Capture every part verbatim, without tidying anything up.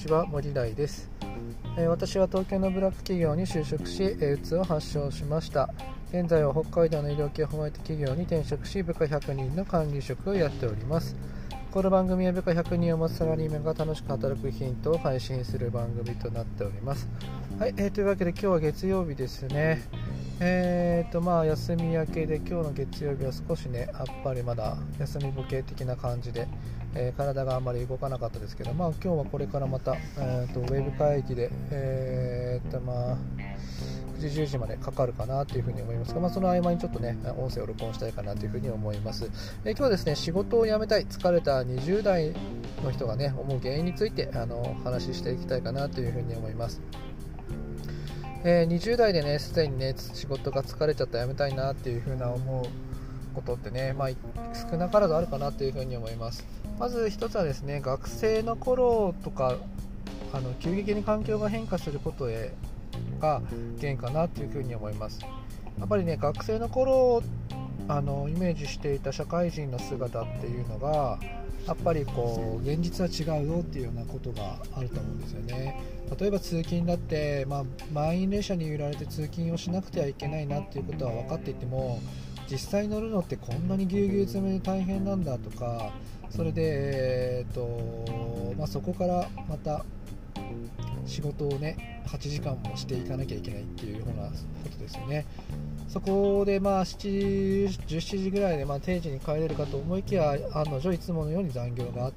ちは、森大です。えー、私は東京のブラック企業に就職し、えー、うつを発症しました。現在は北海道の医療系ホワイト企業に転職し、部下ひゃくにんの管理職をやっております。この番組は部下ひゃくにんを持つサラリーマンが楽しく働くヒントを配信する番組となっております。はい、えー、というわけで今日は月曜日ですね。えーとまあ休み明けで今日の月曜日は少しねやっぱりまだ休みボケ的な感じで、えー、体があんまり動かなかったですけど、まあ今日はこれからまた、えー、とウェブ会議で、えーとまあくじじゅうじまでかかるかなというふうに思いますが、まあ、その合間にちょっとね音声を録音したいかなというふうに思います。えー、今日はですね仕事を辞めたい疲れたにじゅう代の人がね思う原因についてあの話していきたいかなというふうに思います。えー、にじゅう代でねすでにね仕事が疲れちゃったやめたいなっていう風な思うことってね、まあ、少なからずあるかなという風に思います。まず一つはですね学生の頃とかあの急激に環境が変化することへが原因かなという風に思います。やっぱりね学生の頃あのイメージしていた社会人の姿っていうのがやっぱりこう現実は違うよっていうようなことがあると思うんですよね。例えば通勤だって、まあ、満員列車に揺られて通勤をしなくてはいけないなっていうことは分かっていても実際乗るのってこんなにぎゅうぎゅう詰めで大変なんだとか、それで、えーとまあ、そこからまた仕事をねはちじかんもしていかなきゃいけないっていうようなことですよね。そこでまあしちじゅうしちじぐらいでまあ定時に帰れるかと思いきや案の定いつものように残業があって、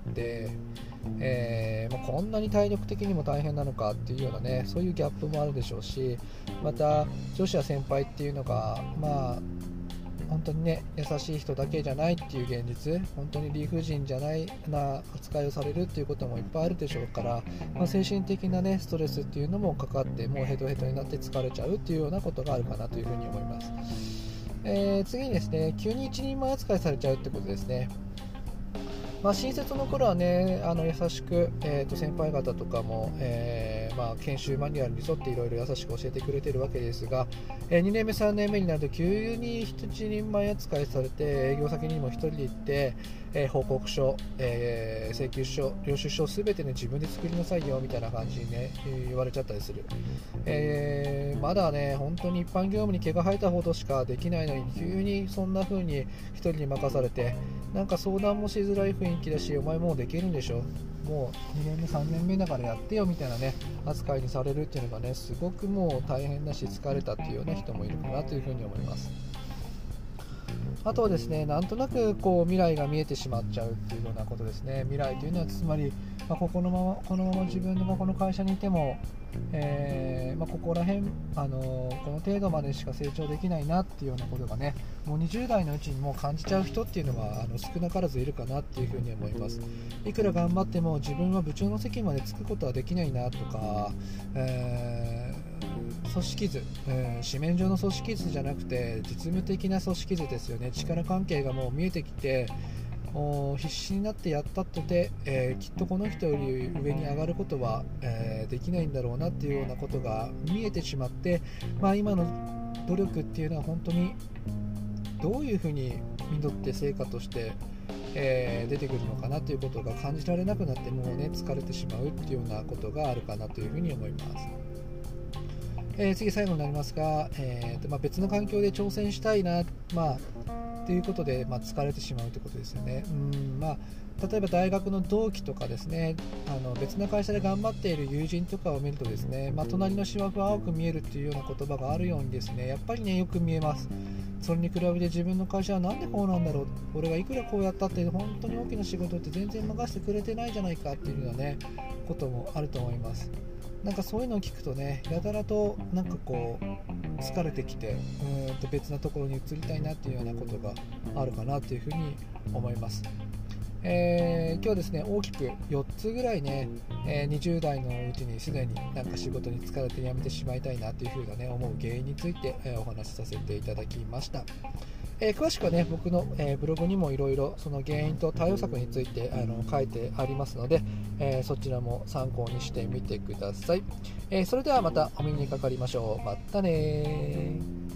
えーまあ、こんなに体力的にも大変なのかっていうようなねそういうギャップもあるでしょうし、また上司や先輩っていうのがまあ本当にね優しい人だけじゃないっていう現実、本当に理不尽じゃないな扱いをされるっていうこともいっぱいあるでしょうから、まあ、精神的なねストレスっていうのもかかってもうヘトヘトになって疲れちゃうっていうようなことがあるかなというふうに思います。えー、次にですね急に一人前扱いされちゃうってことですね。まあ、新卒の頃はねあの優しく、えー、と先輩方とかも、えーまあ、研修マニュアルに沿っていろいろ優しく教えてくれているわけですが、えー、にねんめさんねんめになると急に一人前扱いされて営業先にも一人で行って、えー、報告書、えー、請求書領収書を全て、ね、自分で作りなさいよみたいな感じに、ね、言われちゃったりする。えー、まだね本当に一般業務に毛が生えたほどしかできないのに急にそんな風に一人に任されてなんか相談もしづらい雰囲気だし、お前もうできるんでしょ、もうにねんめさんねんめだからやってよみたいなね扱いにされるっていうのがねすごくもう大変だし疲れたっていうような人もいるかなというふうに思います。あとはですねなんとなくこう未来が見えてしまっちゃうっていうようなことですね。未来というのはつまり、まあ、ここのままこのまま自分がこの会社にいても、えーまあ、ここら辺あのこの程度までしか成長できないなっていうようなことがねもうにじゅう代のうちにもう感じちゃう人っていうのはあの少なからずいるかなっていうふうに思います。いくら頑張っても自分は部長の席までつくことはできないなとか、えー組織図、えー、紙面上の組織図じゃなくて実務的な組織図ですよね。力関係がもう見えてきて必死になってやったとて、えー、きっとこの人より上に上がることは、えー、できないんだろうなっていうようなことが見えてしまって、まあ、今の努力っていうのは本当にどういうふうに実って成果として、えー、出てくるのかなということが感じられなくなってもうね疲れてしまうっていうようなことがあるかなというふうに思います。えー、次最後になりますが、えーとまあ、別の環境で挑戦したいな、まあ、ということで、まあ、疲れてしまうということですよね。うん、まあ、例えば大学の同期とかですねあの別の会社で頑張っている友人とかを見るとですね、まあ、隣の芝生は青く見えるというような言葉があるようにですねやっぱりねよく見えます。それに比べて自分の会社はなんでこうなんだろう、俺がいくらこうやったって本当に大きな仕事って全然任せてくれてないじゃないかっていうようなねこともあると思います。なんかそういうのを聞くとねやたらとなんかこう疲れてきてうーんと別なところに移りたいなっていうようなことがあるかなというふうに思います。えー、今日はですね大きくよっつぐらいね、えー、にじゅう代のうちにすでになんか仕事に疲れて辞めてしまいたいなというふうなね思う原因について、えー、お話しさせていただきました。えー、詳しくはね僕の、えー、ブログにもいろいろその原因と対応策についてあの書いてありますので、えー、そちらも参考にしてみてください。えー、それではまたお耳にかかりましょう。またねー。